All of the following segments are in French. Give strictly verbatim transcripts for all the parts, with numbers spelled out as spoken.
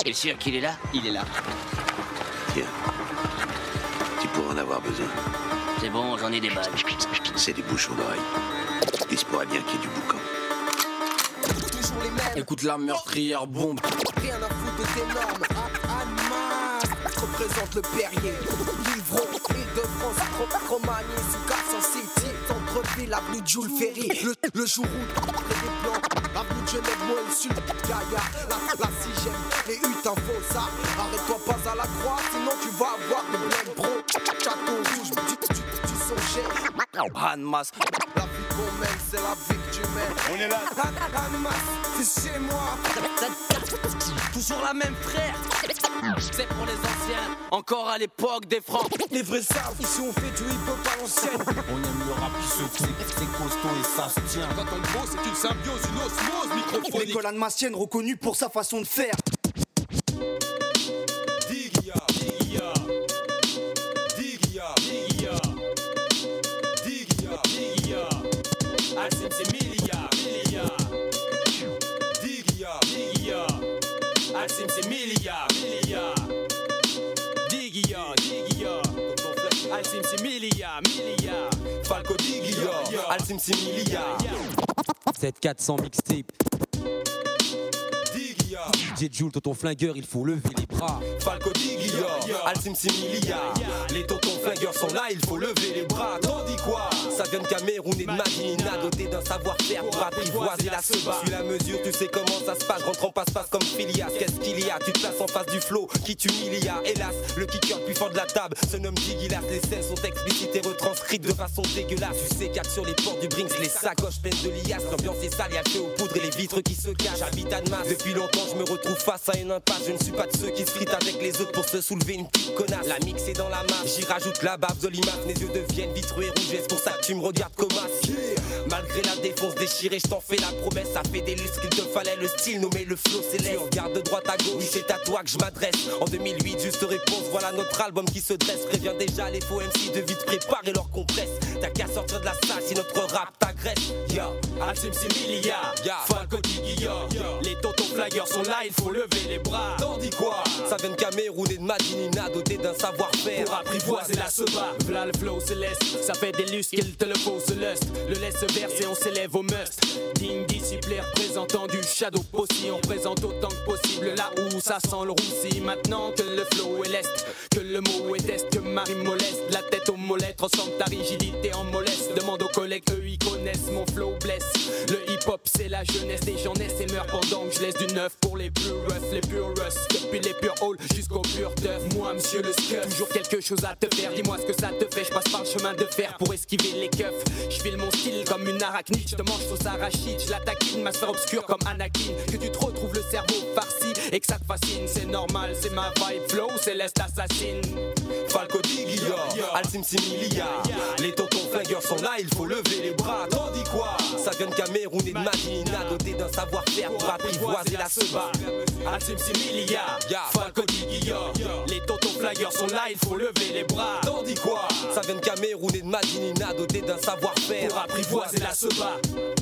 T'es sûr qu'il est là? Il est là. Tiens, tu pourras en avoir besoin. C'est bon, j'en ai des balles. C'est des bouchons d'oreilles. Il se pourrait bien qu'il y ait du boucan. Écoute la meurtrière bombe. Rien à foutre de tes normes. Anmas représente le Perrier. Livron, Île-de-France, Romagné, sous Carson City. Centre-ville, avenue de Jules Ferry. Le, le jour où près des plans. Avenue de Genève, Moël, Sud, Gaïa. La, la sixième, les huit infos, ça. Arrête-toi pas à la croix, sinon tu vas avoir de blême pro. Château rouge, du, du, du son cher. Anmas. La vie qu'on mène, c'est la vie que tu mènes. On est là. Anmas, c'est chez moi. Toujours la même frère. C'est pour les anciens. Encore à l'époque des francs. Les vrais savent, ici on fait du hip-hop à l'ancienne. On aime le rap qui se fait, c'est costaud et ça se tient. Quand on gros, c'est une symbiose, une osmose microphonique. L'école annemassienne reconnue pour sa façon de faire. Digia, Digia, Digia, Digia, Digia, Digia, Alcim c'est Milia, Milia, Digia, Digia, Alcim c'est Milia, Milia, Digia, Digia, Alcim c'est Milia, Milia, Falco Digia, Alcim c'est Milia, sept quatre cents mixtape. Digia, D J Jules, tonton flingueur, il faut lever les bras. Falco Digia, Alcim Similia. Les tontons flingueurs sont là, il faut lever les bras. T'en dis quoi? Ça vient de Cameroun et de Madinina, doté d'un savoir-faire pour apprivoiser la seba. Suis la mesure, tu sais comment ça se passe. Rentre en passe-passe comme Phileas. Qu'est-ce qu'il y a? Tu te places en face du flow qui t'humilie. Hélas, le kicker plus fort de la table se nomme Digilas. Les scènes sont explicites et retranscrites de façon dégueulasse. Tu sais qu'il y a sur les portes du Brinks les sacoches pleines de liasses. L'ambiance est sale, y'a le feu aux poudres et les vitres qui se cachent. J'habite à Annemasse. Depuis longtemps, je me retrouve face à une impasse. Je ne suis pas de ceux qui se fritent avec les autres pour se soulever une petite connasse. La mix est dans la masse, j'y rajoute la bave de limace. Mes yeux deviennent vitreux et rouges, c'est pour ça que tu me regardes comme assis. Malgré la défonce déchirée, je t'en fais la promesse. Ça fait des lustres qu'il te fallait le style, nommé le flow céleste. Regarde de droite à gauche, oui c'est à toi que je m'adresse. En deux mille huit, juste réponse, voilà notre album qui se dresse. Préviens déjà les faux M C de vite préparer leur compresse. T'as qu'à sortir de la salle si notre rap t'agresse. Yo, Alcim Similia, Falco Digia. Les tontons flyers sont là, il faut lever les bras. T'en dis quoi? Ça vient de Cameroun et de Madinina, doté d'un savoir-faire pour apprivoiser la seba. V'là le flow céleste, ça fait des lustres qu'il te le faut ce lust. Le laisse verser, on s'élève au must. Digne disciple représentant du shadow possi. On présente autant que possible là où ça sent le roussi. Maintenant que le flow est lest, que le mot est test, que Marie moleste. La tête aux mollets transforme ta rigidité en mollesse. Demande aux collègues, eux ils connaissent mon flow blesse. Le hip-hop c'est la jeunesse, des gens naissent et meurent pendant que je laisse du neuf pour les plus rough, les plus rust. Depuis les purs halls jusqu'au pur teuf. Moi monsieur le scuff, toujours quelque chose à te faire. Dis-moi ce que ça te fait, je passe par le chemin de fer pour esquiver les keufs. Je file mon style comme une arachnide, je te mange sauce arachide. Je la taquine, ma sphère obscure comme Anakin. Que tu te retrouves le cerveau farci et que ça te fascine. C'est normal, c'est ma vibe flow, céleste assassine. Falco Digia, Alcim Similia. Les tontons flingueurs sont là, il faut lever les bras. T'en dis quoi? Ça vient de Cameroun et de Madinina, doté d'un savoir-faire pour apprivoiser la seba. Alcim Similia, Falco Digia. Les tontons flyers sont là, il faut lever les bras. T'en dis quoi? Ça vient de Cameroun et de Madinina, doté d'un savoir-faire pour apprivoiser la seba.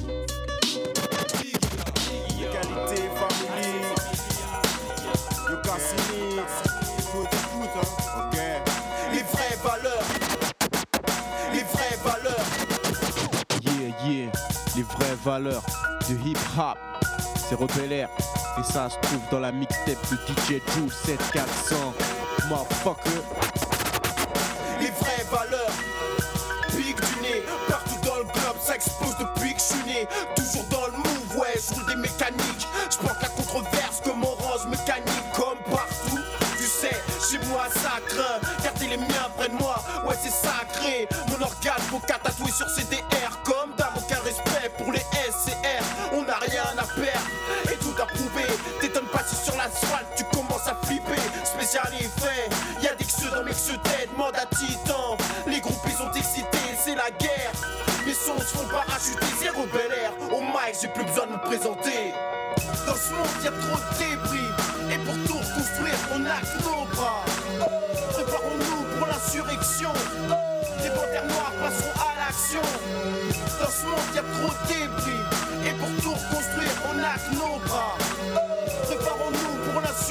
Qualité, famille. Le Cassini. Écoute, écoute, hein. Ok. Les vraies valeurs. Les vraies valeurs. Yeah, yeah. Les vraies valeurs du hip-hop. C'est Rebel Air. Et ça se trouve dans la mixtape de D J Jules sept quatre cents. Motherfucker. Les vraies valeurs. Pique du nez. Partout dans le globe, ça explose depuis que je suis né. Toujours dans le move, ouais, je roule des mécaniques. Je porte la controverse comme orange mécanique. Comme partout, tu sais, chez moi ça craint. Gardez les miens près de moi, ouais c'est sacré. Mon organe vocal tatoué sur C D R. Comme d'hab, aucun respect pour les S C R. On n'a rien à perdre et tout à prouver. T'étonnes pas si sur l'asphalte tu commences à flipper. Spécial effet, y'a des que dans mes que tête, demande à Titan. Les groupes ils sont excités, c'est la guerre. Mes sons se font parachuter, c'est Rebel Air. Au mic, j'ai plus besoin de me présenter. Dans ce monde, y'a trop de débris. Et pour tout reconstruire, on a que nos bras. Préparons-nous pour l'insurrection. Les panthères noires passeront à l'action. Dans ce monde, y'a trop de débris. Et pour tout reconstruire, on a que nos bras. Préparons-nous pour l'insurrection.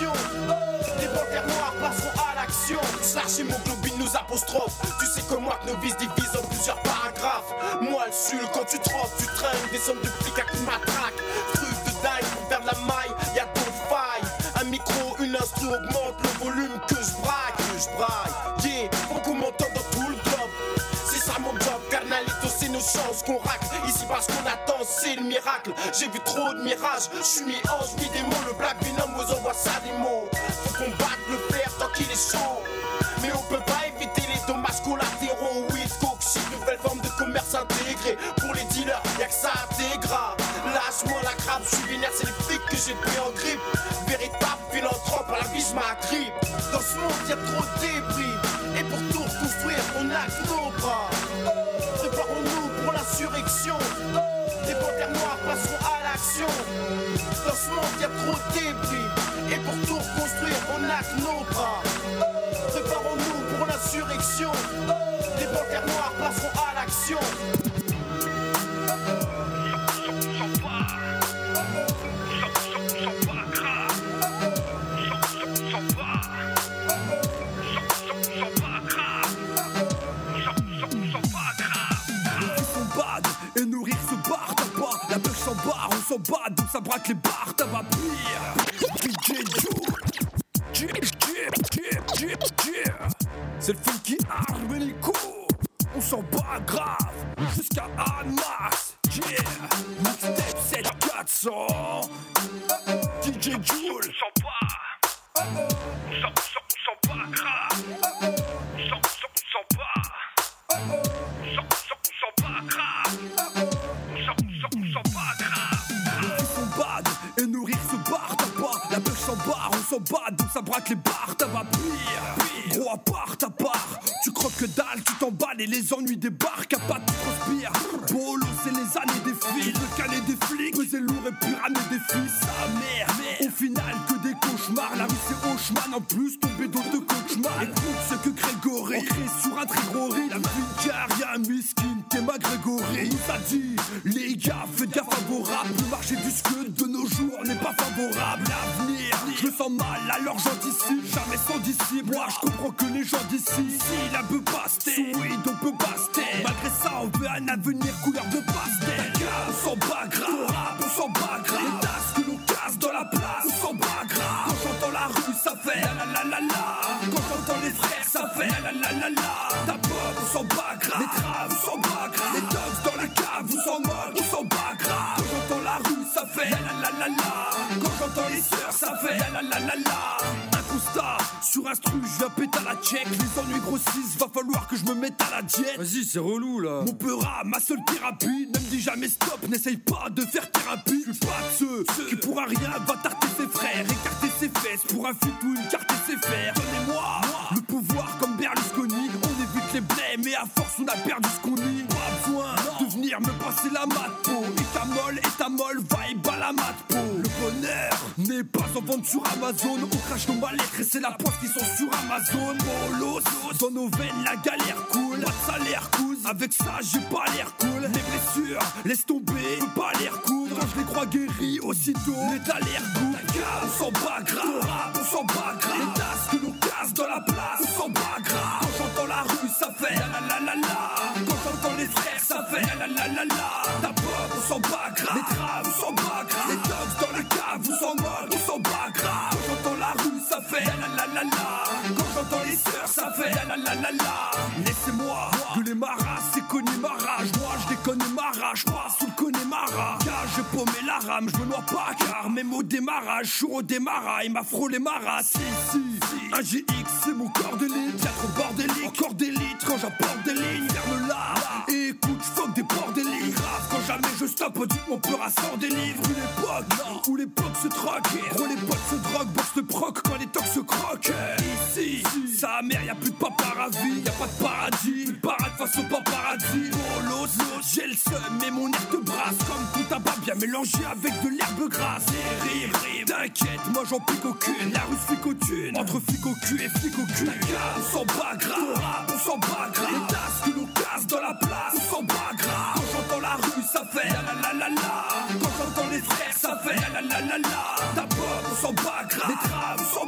insurrection. Les panthères noires passeront à l'action. Slash hémoglobine nous apostrophe. Tu sais comme moi que nos vices divisent en plusieurs paragraphes. Moi le sul quand tu trempes, tu traînes des sommes de flics à coups de matraque. Truc de dingue pour faire de la maille, y'a d'autres failles. Un micro, une instru augmente le volume que je braque, que je braille. Yeah, faut qu'on m'entende dans tout le globe. C'est ça mon job, carnalito, c'est nos chances qu'on racle. Ici parce qu'on attend, c'est le miracle. J'ai vu trop de mirages, je suis mi-ange, mi-démon. Le Black Venom vous envoie ça des mots. Faut qu'on batte le fer tant qu'il est chaud. Mais on peut pas éviter les dommages collatéraux. Weed, coke, shit, nouvelle forme de commerce intégré. Pour les dealers, y'a que ça à tes gras. Lâche-moi la crabe, je suis vénère, c'est les flics que j'ai pris en grippe. Véritable philanthrope, à la vie je m'agrippe. Dans ce monde y'a trop de débris. Et pour tout reconstruire, on a que nos bras. Préparons-nous pour l'insurrection. Les panthères noires passeront à l'action. Dans ce monde y'a trop de débris. Et pour tout reconstruire, on a que nos bras. Préparons-nous pour l'insurrection. Les panthères noires passeront à l'action. Et nourrir ce bar, t'as pas la bœuf s'en barre, on s'en bat, donc ça braque les barres, t'as pas pire. D J Joule, c'est le funky Arménico, on s'en bat grave, jusqu'à Anmax, yeah. Mixtape sept quatre cents, D J Joule, on s'en bat, on s'en bat grave, on s'en bat, on s'en bat grave. Et nourrir ce bar, t'as pas la bœuf s'en barre, on s'en bat, donc ça braque les barres, t'as pas pire. Gros à part, ta part, tu croques que dalle, tu t'emballes et les ennuis débarquent, à pas tu transpires. Bolo, c'est les années des filles, le canet des flics, peser lourd et puis ramener des filles, sa mère. Au final, que des cauchemars, la rue c'est Hochman, en plus tombé dans deux cauchemars. Écoute ce que Grégory, ancré sur un très gros riz, la vie car y'a un miskin, t'es ma Grégory. Il nous a dit, les gars, faites gaffe favorable, le marché du scud de nos jours n'est pas favorable. L'avenir, je me sens mal, alors j'anticipe, jamais sans disciple. Moi je comprends que les gens d'ici, si la peut passer, oui on peut passer. Malgré ça on veut un avenir couleur de pastel. On s'en bat grave, on s'en bat grave. Les tasses que l'on casse dans la place, on s'en bat grave. Quand j'entends la rue ça fait la la la la. Quand j'entends les frères ça fait la la la la. Ta pop on s'en bat grave, les traves on s'en bat grave. Les dogs dans la cave on s'en moque, on s'en bat grave. Quand j'entends la rue ça fait la la la la la. Quand j'entends les sœurs ça fait la la la la la. Un constat, sur instru je viens péter à la check. Les ennuis grossissent, va falloir que je me mette à la diète. Vas-y, c'est relou là. Mon peura, ma seule thérapie, ne me dis jamais stop, n'essaye pas de faire thérapie. Je suis pas de ceux, ceux qui pourra rien va tarter ses frères, écarter ses fesses pour un fit ou une carte ses fers. Donnez-moi le pouvoir comme Berlusconi, on évite les blêmes et à force on a perdu ce qu'on nie. Pas besoin de venir me passer la mat peau. Et ta molle, et ta molle, vibe à la mat peau. Le bonheur n'est pas en vente sur Amazon, on crache nos mal-être et c'est la poste qui sont sur Amazon. Bolos, dans nos veines la galère coule, pas de salaire couse, avec ça j'ai pas l'air cool. Les blessures, laisse tomber, peux pas les recoudre. Quand je les crois guéris, aussitôt l'état l'air cool. On s'en bat grave, on s'en bat grave. Les tasses que l'on casse dans la place, on s'en bat grave. Quand j'entends la rue ça fait la la la la la. Quand j'entends les frères ça fait la la la la la. Ta pop on s'en bat grave, les traves on s'en bat grave. Les dogs dans la cave on s'en moque, on s'en bat grave. Quand j'entends la rue ça fait la la la la la. Quand j'entends les sœurs ça fait la la la la la. Laissez-moi gueuler ma race, c'est cogner ma rage. Moi je déconne ma rage, pas sous le Connemara. Car j'ai paumé la rame, je me noie pas car même au démarrage, je suis au démarrage, il m'a frôlé ma race. Si, si, si. Un G X c'est mon corps d'élite, y'a trop bordélique. Encore des litres quand j'apporte des lignes. Ferme là, et écoute, fuck des bordéliques. Grave quand jamais je stoppe, dites mon peur à cent des livres. Une époque où l'époque se troque, gros les potes se droguent, boxe se proc quand les tocs se croquent. Ici, sa mère y'a plus de paparazzi, y'a pas de paradis, plus de parade face au paparazzi. Bolos, j'ai le seum mais mon air te brasse comme tout tabac bien mélangé avec de l'herbe grasse. Et rire, rire, t'inquiète, moi j'en pique aucune. La rue se flic au thune, entre flic au cul et flic au cul. On s'en bat grave, on s'en bat grave. Les tasses que l'on casse dans la place, on s'en bat grave. Quand j'entends la rue ça fait la la la la la. Quand j'entends les frères ça fait la la la la la. Ta pop on s'en bat grave, les traves on s'en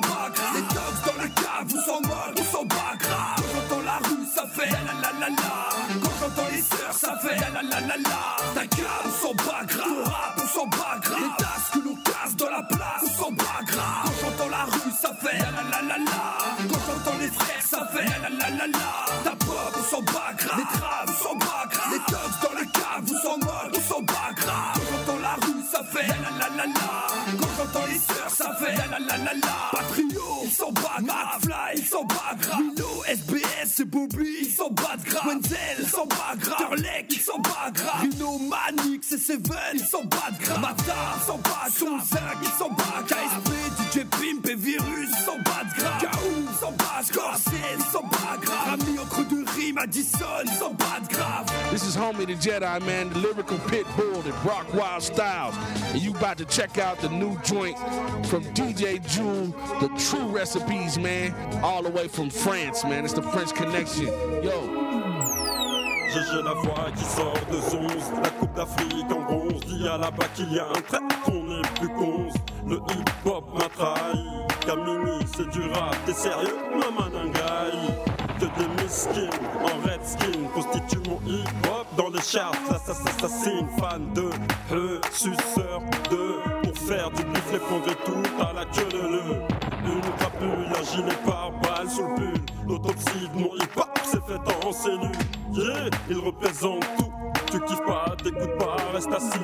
la la. Ta cave, on s'en bat grave. Ton rap, on s'en bat grave. Les tasses que l'on casse dans la place, on s'en bat grave. Quand j'entends la rue, ça fait la la la la la. Quand j'entends les frères, ça fait la la la la la. Ta pop, on s'en bat grave. Les traves, on s'en bat grave. Les tops dans la cave, on s'en moque, on s'en bat grave. Quand j'entends la rue, ça fait la la la la la. Quand j'entends les sœurs, ça fait la la la la la. Patrio, ils s'en battent grave. Fly, ils s'en battent grave. Mino, S B S et Bobby, ils s'en battent grave. Wenzel, ils s'en battent grave. Turlek, ils s'en battent grave. Rino, Manix et Seven, ils s'en battent grave. Matar, ils s'en battent grave. Sonzak, ils s'en battent grave. K S P, D J Pimp et Virus, ils s'en battent grave. Kaou, ils s'en battent grave. Scorsese, ils s'en battent grave. Rami entre deux rimes, Addison, ils s'en battent grave. This is Homie the Jedi, man, the lyrical pit bull that rock wild styles. And you about to check out the new joint from D J Jewel, the true recipes, man, all the way from France, man. It's the French connection. Yo. J'ai la voix qui sort de Zonze, la coupe d'Afrique en bronze. Dis à là-bas qu'il y a un trait qu'on est plus qu'onze. Le hip-hop m'a trahi, Kamini c'est du rap. T'es sérieux, maman Nangaï? Que des miskins en redskin constituent mon hip-hop dans les charts. Assassin, fan de E, suceur de. Pour faire du bif, les prendrait tout à la queue de le. Une crapule, un gilet par balle sous le pull. L'autopsie de mon hip-hop s'est faite en cellule. Yeah, il représente tout. Tu kiffes pas, t'écoutes pas, reste assis.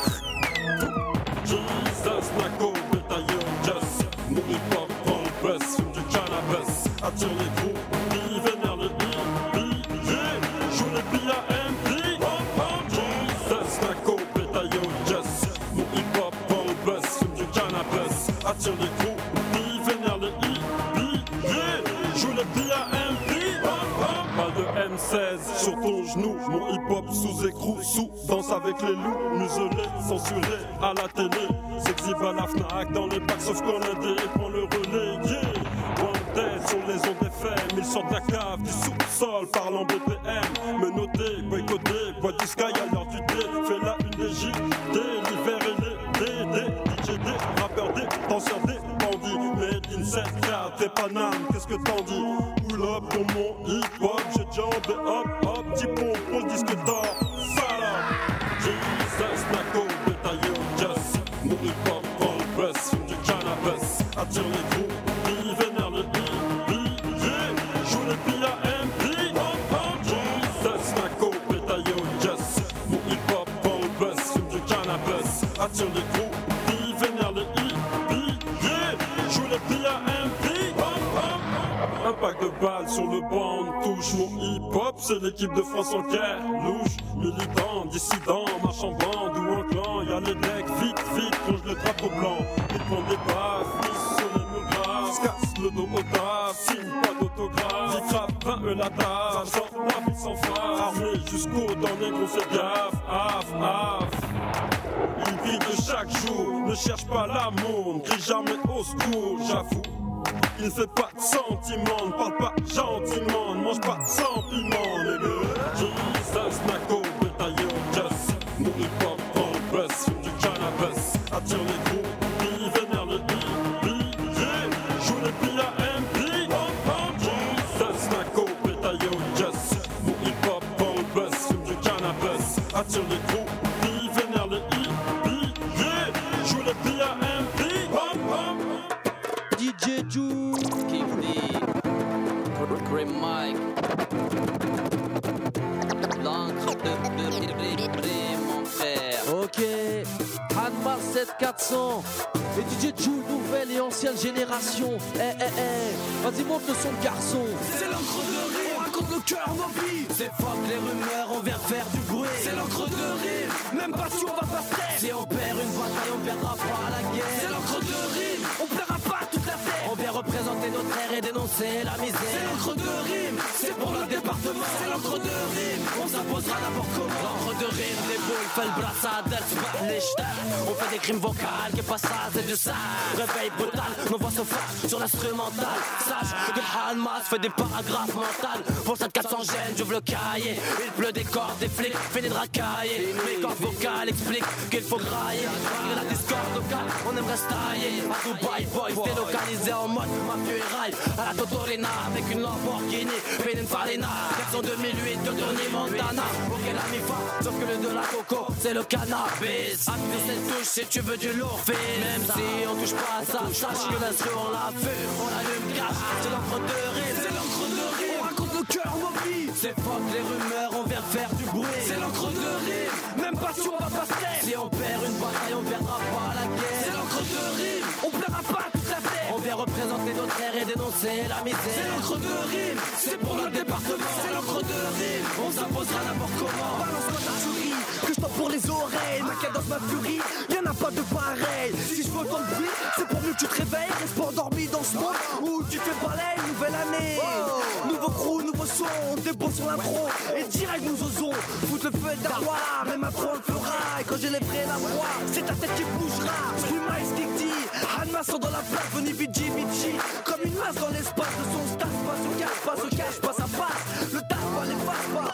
Jesus, Nako, Betaillon, Just. Mon hip-hop prend le buzz, fume du cannabis. Attire les gros, billes, vénère les billes. Yeah, joue les billes à M P. Jesus, Nako, Betaillon, Just. Mon hip-hop prend le buzz, fume du cannabis. Attire les gros, billes, vénère les billes. Yeah, joue les billes à M P. Pas de M seize sur ton genou, mon hip-hop sous écrou, sous danse avec les loups, muselé, censuré à la télé, s'exhibe à la Fnac dans les packs sauf qu'on a des prend le relais, yeah. One dead sur les ondes F M, ils sortent de la cave du sous-sol, parlant B P M, menotté, boycotté, bois du sky à l'heure du thé, fais la une des J D, l'hiver et les D D, D J D, rappeur D, danseur D, bandit, made in sept quatre, et Paname, qu'est-ce que t'en dis? Pull up pour mon hip-hop, j'ai jambé hop hop, petit pont pour le disque d'or, salope. Jesus, Nako, Betaillon, Just. Mon hip-hop prend le buzz, fume du cannabis. Attire les gros, billes, vénère les billes, yeah. Joue les billes à M P. Jesus, Nako, Betaillon, Just. Mon hip-hop prend le buzz, fume du cannabis. Attire les gros, billes, vénère les billes, yeah. Joue les billes à M P. Un pack de balles sur le banc touche. Mon hip-hop, c'est l'équipe de France en guerre. Louche, militant, dissident, marche en bande ou en clan. Y'a les decks, vite, vite, plonge le drapeau blanc. Ils prennent des baffes, mis sur les murs graves. Se casse le dos au taf, signe pas d'autographe. Ils frappent vingt E la taf, sort la vie sans phare. Armé jusqu'au dents négro, fais gaffe, af, af. Ils crient de chaque jour, ne cherche pas l'amour, ne crie jamais au secours, j'avoue. Il ne fait pas de sentiments, ne parle pas gentiment, ne mange pas sans piment, nigga. Jesus, Nako, Betaillon, Just. Mon hip-hop prend le buzz, fume du cannabis. Attire les gros, billes, vénère les billes, yeah. Joue les billes à M P. Jesus, Nako, Betaillon, Just. Mon hip-hop prend le buzz, fume du cannabis. Attire les gros, billes, vénère les billes, yeah. Joue les billes à M P. D J Ju Keep the Grim Mike L'encre de blé, mon frère. Ok, Hanmar sept quatre cents et D J Ju, nouvelle et ancienne génération. Eh eh eh, vas-y monte le son de garçon. C'est l'encre de rire, raconte le cœur rempli. C'est fuck les rumeurs, on vient faire du bruit. C'est l'encre de rire, même pas si on va pas se taire. Si on perd une bataille, on perdra pas la guerre. C'est l'encre de rire, on perdra pas toute la terre. On vient représenter notre terre et dénoncer la misère. C'est l'encre de rime, c'est pour notre département. C'est l'encre de rime, on s'imposera n'importe comment. L'encre de rime, les bouilles, fait le brassard, les stars. On fait des crimes vocales, qui pas ça, c'est du sale. Réveil brutal, nos voix se fâchent sur l'instrumental. Sache que Hanmas fait des paragraphes mentales. Pour cette quatre cents gènes, j'ouvre le cahier. Il pleut des cordes, des flics, fini de racailler. Mes cordes vocales expliquent qu'il faut grailler. Malgré la discorde locale, on aimerait se tailler. À Dubai Boys, délocalisé en mode mafieux et rail. À la Totorina avec une Lamborghini, Pininfarina, version deux mille huit de Tony Montana. Ok la mi-fa, sauf que le de la coco, c'est le cannabis. Appuie cette touche si tu veux du lourd fil. Même si on touche pas à ça, sache que l'instru on l'a fait, on allume cash. C'est l'encre de rire, c'est l'encre de rire. On raconte nos cœurs, nos vies. C'est fuck les rumeurs, on vient faire du bruit. C'est l'encre de rire, même pas si on va pas se taire. Si on perd une bataille, on perdra pas la guerre. C'est l'encre de rire, on plaira pas toute la terre. On vient représenter notre terre et dénoncer la misère. C'est l'encre de rime, c'est pour notre département. C'est l'encre de rime, on s'imposera n'importe comment. Balance-moi ta furie, que je t'offre pour les oreilles. Ma cadence, ma furie, y'en a pas de pareil. Si je fais autant de bruit, c'est pour mieux que tu te réveilles. Reste pas endormi dans ce monde où tu fais balai. Nouvelle année, nouveau crew, nouveau son. Des beaux sur l'intro et direct nous osons foutre le feu et d'avoir. Même après on le fera. Et quand j'ai les vrais la voix, c'est ta tête qui bougera. Suis Miles Dicty, Hanma sont dans la plaque. Veni Vici Vici, comme une masse dans l'espace. Le son se tasse pas, se cache pas, se cache pas, ça passe. Le taf pas, les passe pas.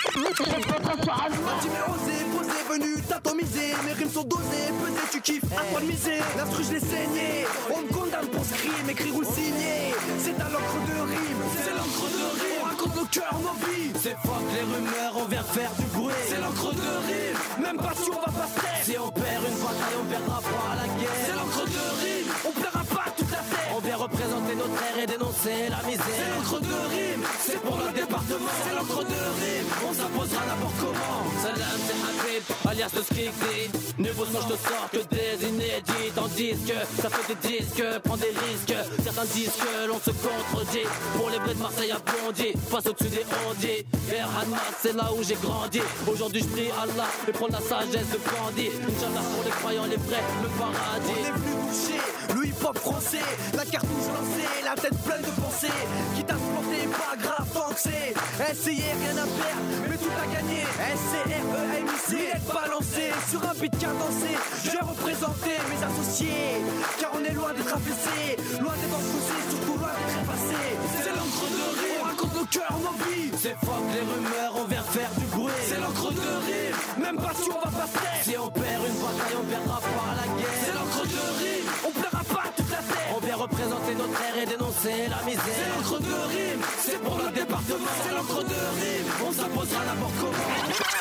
Tu m'es osé, posé, venu t'atomiser. Mes rimes sont dosées, pesées, tu kiffes, à toi de miser. L'instru je l'ai saigné, on me condamne pour ce crime. Écrire ou signer, c'est à l'encre de rime. C'est l'encre de rime, on raconte nos cœurs, nos vies. C'est fuck les rumeurs, on vient faire du bruit. C'est l'encre de rime, même pas si on va pas se taire. Si on perd une bataille, on perdra pas la guerre. C'est l'encre de rime, on plaira pas toute la terre. On vient représenter notre terre et dénoncer la misère. C'est l'encre de rime, c'est pour notre département. C'est l'encre de rime, on s'imposera n'importe comment. Salam c'est Habib, alias le Skikdi. Nouveau son, je te sors que des inédits. Tandis que ça fait des disques, prends des risques. Certains disent que l'on se contredit. Pour les blés de Marseille à Bondy, passe au-dessus des ondits. Vers Hanmas, c'est là où j'ai grandi. Aujourd'hui je prie Allah et prends la sagesse de Candy. Inch'Allah pour les croyants, les vrais, le paradis. On est venu toucher le hip-hop français. La cartouche lancée, la tête pleine de pensées. Quitte à se planter, pas grave tant que c'est. Essayer, rien à perdre, mais tout à gagner. S C R E M I C, être balancé sur un beat cadencé. Je vais représenter mes associés, car on est loin d'être affaissés, loin d'être enfoncés, surtout loin d'être effacés. C'est l'encre de rire, on raconte nos cœurs, nos vies. C'est fuck les rumeurs, on vient faire du bruit. C'est l'encre de rire, même pas si on va pas se taire. Si on perd une bataille, on perdra pas la guerre. C'est l'encre de rire, on plaira pas toute la terre. On vient représenter notre terre et dénoncer la misère. C'est l'encre de rime, c'est pour notre département. C'est l'encre de rime, on s'imposera n'importe comment.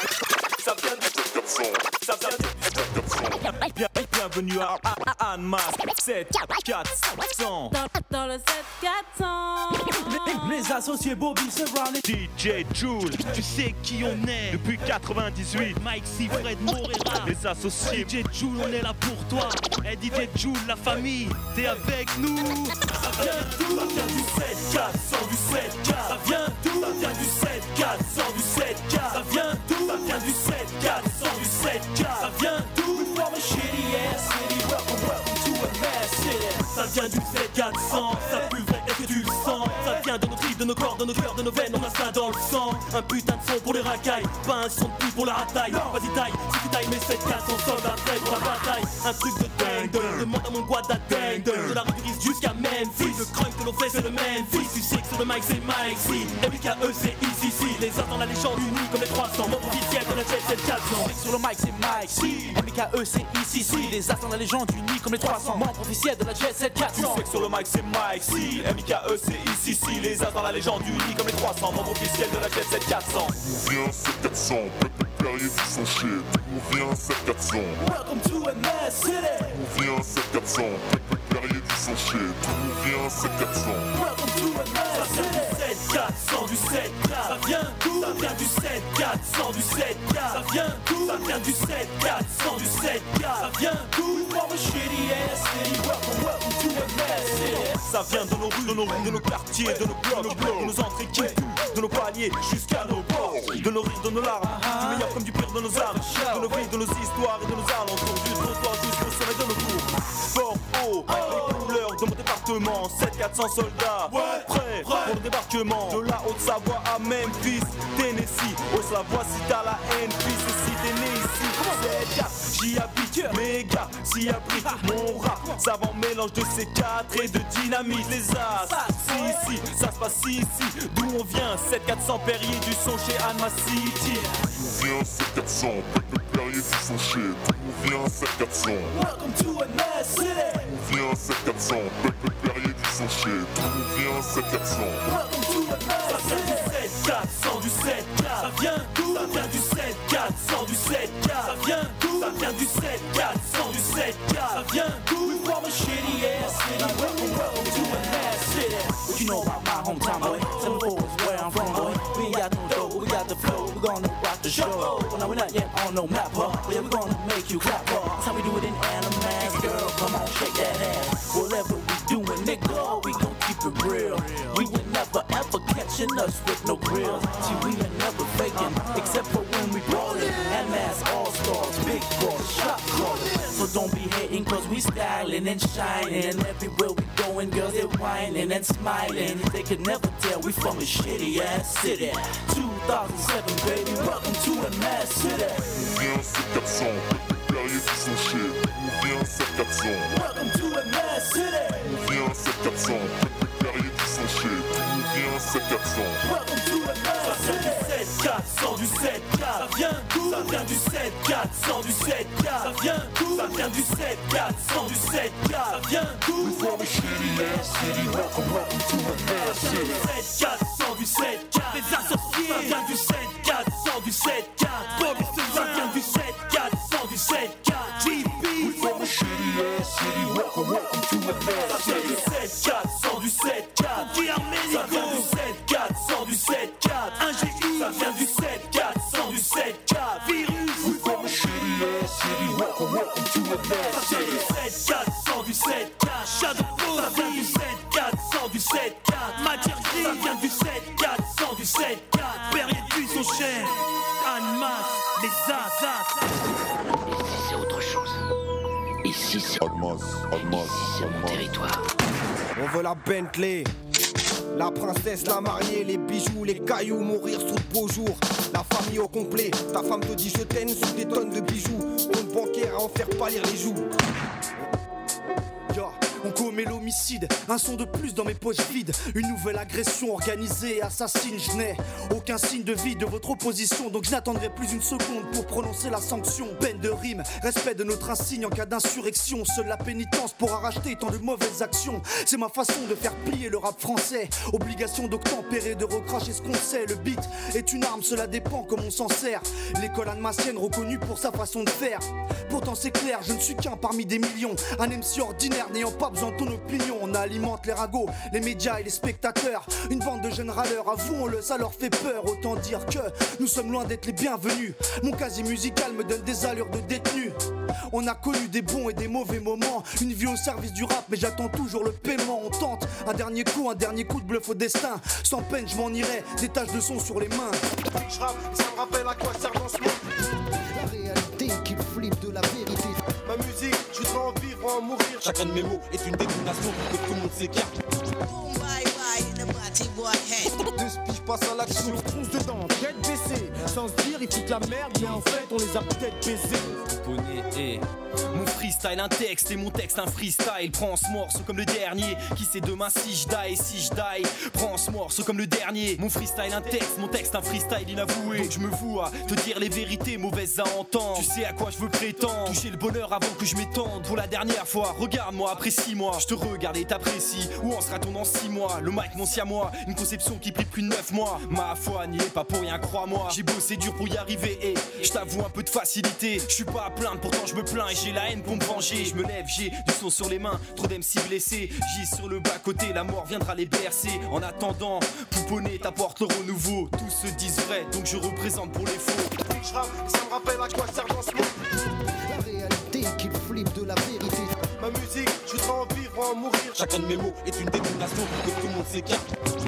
Ça vient du sept quatre cents. Ça vient du sept quatre cents. Bienvenue à Hanmas sept quatre cents. Dans, dans le sept quatre cents. Les, les associés Bobby Serrano. D J Joule, tu sais qui on est depuis quatre-vingt-dix-huit. Mike C, Fred Morera. Les associés D J Joule, on est là pour toi. Et D J Joule, la famille, t'es avec nous. Ça vient d'où? Ça vient du sept quatre cents, du sept quatre. Ça vient d'où? Ça vient du sept quatre cents, du sept quatre. Ça vient d'où? Ça vient du sept quatre cents, du sept quatre. Ça vient d'où? From a shitty ass city, welcome, welcome to a mass city. Ça vient du sept quatre cents, ça pue vrai, est-ce que tu le sens? Ça vient de nos tripes, de nos corps, de nos cœurs, de nos veines, on a ça dans le sang. Un putain de son pour les racailles, pas un son de plus pour la rataille. Vas-y taille, si tu tailles mes sept quatre cents soldats prêts pour la bataille. Un truc de dingue, demande à mon guada dingue. De la rue du risque jusqu'à Memphis, le crime que l'on fait c'est le Memphis. Tu sais que sur le mic c'est Mike C, M I K E c'est ici, ici. Les arts dans la légende unie comme les trois cents, membre officiel de la jet sept quatre cents. Sur le mic c'est Mike C, M I K E c'est ici, ici. Les arts dans la légende unie comme les trois cents, membre officiel de la jet sept quatre cents. Tu sais que sur le mic c'est Mike C, M I K E c'est ici, ici. Les arts dans la légende unie comme les trois cents, membre officiel de la jet sept quatre cents. On vient sept quatre cents, peuple Perrier du son shit. On vient sept quatre cents. Welcome to a mass city. On vient sept quatre cents, peuple Perrier du son shit. On vient sept quatre cents. Welcome to a mass city. sept quatre cents, du sept quatre. Ça vient d'où? Ça vient du sept quatre cents, du sept quatre. Ça vient d'où? Ça vient du sept quatre cents, du sept quatre. Ça vient d'où? From a shitty ass city. Welcome, welcome to a mass city. Ça vient de nos rues, de nos rues, de nos quartiers, de nos blocs, de nos entrées qui puent, de nos paliers jusqu'à nos bords, de nos rires, de nos larmes, du meilleur comme du pire de nos armes, de nos vies, de nos histoires et de nos alentours, du trottoir jusqu'au sommet de nos tours. Fort haut, les couleurs de mon département, sept quatre cents soldats, prêts pour le débarquement. De la Haute-Savoie à Memphis, Tennessee, ose la voix si t'as la haine, puis c'est si t'es né ici. sept quatre, j'y habite, méga, s'y abrite mon rap, savant mélange de C quatre et de dynamite. Les as, si, si, ça se passe ici, d'où on vient, sept quatre cents Perrier du son chez Hanmas City. On vient sept quatre cents, peuple Perrier du son shit. On vient sept quatre cents. Welcome to a mass city. Tout vient sept quatre cents, peuple Perrier du Sanchier. Tout vient sept quatre cents. Ça vient du sept quatre cents, du sept quatre. Ça vient d'où? Ça vient du sept quatre cents, du sept quatre. Ça vient d'où? Ça vient du sept quatre cents, du sept quatre. Ça vient d'où? We from a shitty ass city. Welcome, welcome to a ass city. What you know about my hometown, boy? seven four is where I'm from, boy. We ain't got no dough, but we got the flow. We're gonna rock the show. Well, now we're not yet on no map, huh? But yeah, we're gonna make you clap, huh? That's how we do it in Animax, girl. Come on, shake that ass. Whatever we doing, nigga, we gon' keep it real. We ain't never ever catching us with no grills. See, we ain't never faking, except for when we ballin'. Animax all-stars, big boss, shot callin'. So don't be hating, cause we stylin' and shining. Everywhere we going, girls, they're whining and smiling. They could never tell we from a shitty ass city. two thousand seven, baby, welcome to a mass city. Tout vient sept quatre cents, peuple Perrier du Sanchier. Tout vient sept quatre cents. Welcome to a mass city. Tout vient sept quatre cents, peuple Perrier du Sanchier. Tout vient sept quatre cents. Welcome to a mass city. sept quatre cents, du sept quatre. Ça vient d'où? Ça vient du sept quatre cents, du sept quatre. Ça vient d'où? Ça vient du sept quatre cents, du sept quatre. Ça vient d'où? We from a shitty ass city. Welcome, welcome to a mass city. sept quatre cents, du sept quatre. Les associés. Ça vient du sept quatre cents, du sept quatre. Bobby, ça vient du sept quatre cents, du sept quatre. G P. We from a shitty ass city. Welcome, welcome to a mass city. Ça vient du sept quatre cents, du sept quatre. Qui Arménico. Ça vient du sept quatre cents, du sept quatre. Un G I. Ça vient du sept quatre cents, du sept quatre. Virus. We from a shitty ass city. Welcome, welcome to a mass city. Ça vient du sept quatre cents, du sept quatre. Shadow. Ça vient du sept quatre cents, du sept quatre. Matière G. Ça vient du sept quatre cents, du sept quatre. Perrier tue son chien. Anne-Masse, les Zazas. Ici, c'est autre chose. Ici, c'est... Admas, Admas, Ici, c'est mon territoire. On veut la Bentley, la princesse, la mariée, les bijoux, les cailloux, mourir sous de beaux jours. La famille au complet, ta femme te dit je t'aime sous des tonnes de bijoux. Compte bancaire à en faire pâlir les joues. Yo, on commet l'homicide, un son de plus dans mes poches vides. Une nouvelle agression organisée, assassine, je n'ai aucun signe de vie de votre opposition. Donc je n'attendrai plus une seconde pour prononcer la sanction. Peine de rime, respect de notre insigne en cas d'insurrection. Seule la pénitence pourra racheter tant de mauvaises actions. C'est ma façon de faire plier le rap français. Obligation d'obtempérer, de recracher ce qu'on sait. Le beat est une arme, cela dépend comment on s'en sert. L'école annemassienne reconnue pour sa façon de faire. Pourtant c'est clair, je ne suis qu'un parmi des millions. Un M C ordinaire n'ayant pas besoin de ton opinion. On alimente les ragots, les médias et les spectateurs. Une bande de jeunes râleurs, avouons-le, ça leur fait peur. Autant dire que nous sommes loin d'être les bienvenus. Mon casier musical me donne des allures de détenu. On a connu des bons et des mauvais moments. Une vie au service du rap, mais j'attends toujours le paiement. On tente un dernier coup, un dernier coup de bluff au destin. Sans peine, je m'en irai, des taches de son sur les mains. Je rappe, ça me rappelle à quoi sert dans ce monde. La réalité qui flippe de la vérité. Ma musique, je voudrais en vivre, en mourir. Chacun de mes mots est une détonation pour que tout le monde s'écarte. Deux spies passent à l'action. On fonce dedans, tête baissée. Sans se dire, ils foutent la merde, mais en fait, on les a peut-être baisés. Poney et mon freestyle un texte et mon texte un freestyle. Prends ce morceau comme le dernier. Qui sait demain si je die, si je die. Prends ce morceau comme le dernier. Mon freestyle un texte, mon texte un freestyle inavoué. Donc je me voue à te dire les vérités mauvaises à entendre. Tu sais à quoi je veux prétendre. Toucher le bonheur avant que je m'étende. Pour la dernière fois, regarde-moi, apprécie-moi. Je te regarde et t'apprécie. Où en sera-t-on dans six mois? Le mic mon si à moi. Une conception qui prit plus de neuf mois. Ma foi n'y est pas pour rien, crois-moi. J'ai bossé dur pour y arriver et je t'avoue un peu de facilité. Je suis pas à plaindre, pourtant je me plains et j'ai la haine pour me venger. Je me lève, j'ai du son sur les mains, trop d'M C blessés. J'y sur le bas-côté, la mort viendra les bercer. En attendant, pouponner t'apporte le renouveau. Tous se disent vrai, donc je représente pour les faux. Je rappe, ça me rappelle à quoi sert dans ce monde. La réalité qui flippe de la vérité. Ma musique, je voudrais en vivre, en mourir. Chacun de mes mots est une détonation pour que tout le monde s'écarte.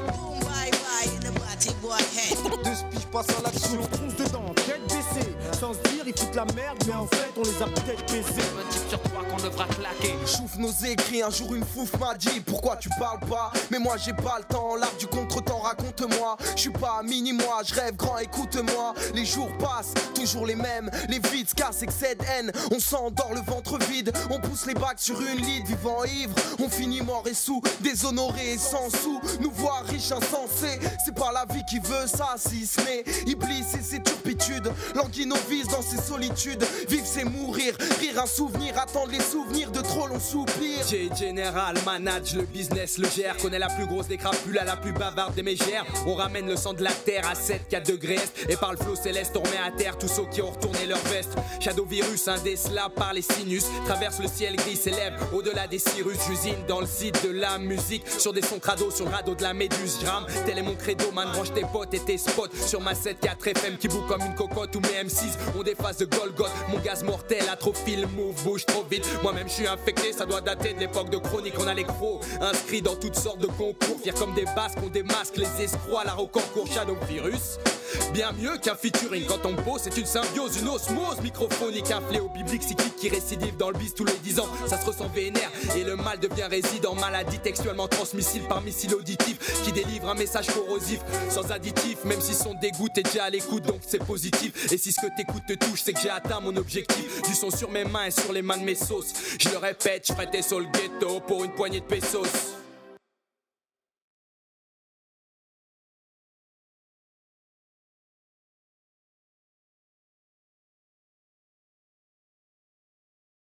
Deux spies passent à l'action. On fonce dedans, tête baissée. Sans se dire, ils foutent la merde, mais en fait, on les a peut-être baisés. Un type sur toi qu'on devra claquer. J'ouvre nos écrits, un jour une fouf m'a dit pourquoi tu parles pas. Mais moi j'ai pas le temps, l'art du contre-temps, raconte-moi. Je suis pas mini-moi, je rêve grand, écoute-moi. Les jours passent, toujours les mêmes. Les vides se cassent, excès haine. On s'endort le ventre vide. On pousse les bacs sur une lead, vivant ivre. On finit mort et sous, déshonoré et sans sous. Nous voir riches insensés, c'est pas la la vie qui veut ça, si ce n'est Iblis et ses turpitudes. Languino vise dans ses solitudes. Vivre c'est mourir, rire un souvenir, attendre les souvenirs de trop longs soupirs. J General manage le business, le gère. Connaît la plus grosse des crapules à la plus bavarde des mégères. On ramène le sang de la terre à sept quatre degrés est. Et par le flot céleste on remet à terre tous ceux qui ont retourné leur veste. Shadow virus indécelable par les sinus. Traverse le ciel gris, s'élève au-delà des cirrus. J'usine dans le site de la musique. Sur des sons crado, sur le radeau de la méduse. J'rame, tel est mon credo, man, branche tes potes et tes spots. Sur ma sept quatre F M qui boue comme une cocotte. Où mes M six ont des phases de Golgoth. Mon gaz mortel, atrophile, move, bouge trop vite. Moi-même je suis infecté, ça doit dater de l'époque de chronique. On a les crocs, inscrits dans toutes sortes de concours. Fiers comme des basques, on démasque les escrocs à la rocancourt. Shadow virus, bien mieux qu'un featuring. Quand on pose, c'est une symbiose, une osmose microphonique. Un fléau biblique cyclique qui récidive dans le bis tous les dix ans. Ça se ressent vénère et le mal devient résident. Maladie textuellement transmissible par missile auditif qui délivre un message corrosif sans additif. Même si son dégoût t'es déjà à l'écoute, donc c'est positif. Et si ce que t'écoutes te touche, c'est que j'ai atteint mon objectif. Du son sur mes mains et sur les mains de mes sauces. Je le répète, je ferai tes sauts le ghetto pour une poignée de pesos.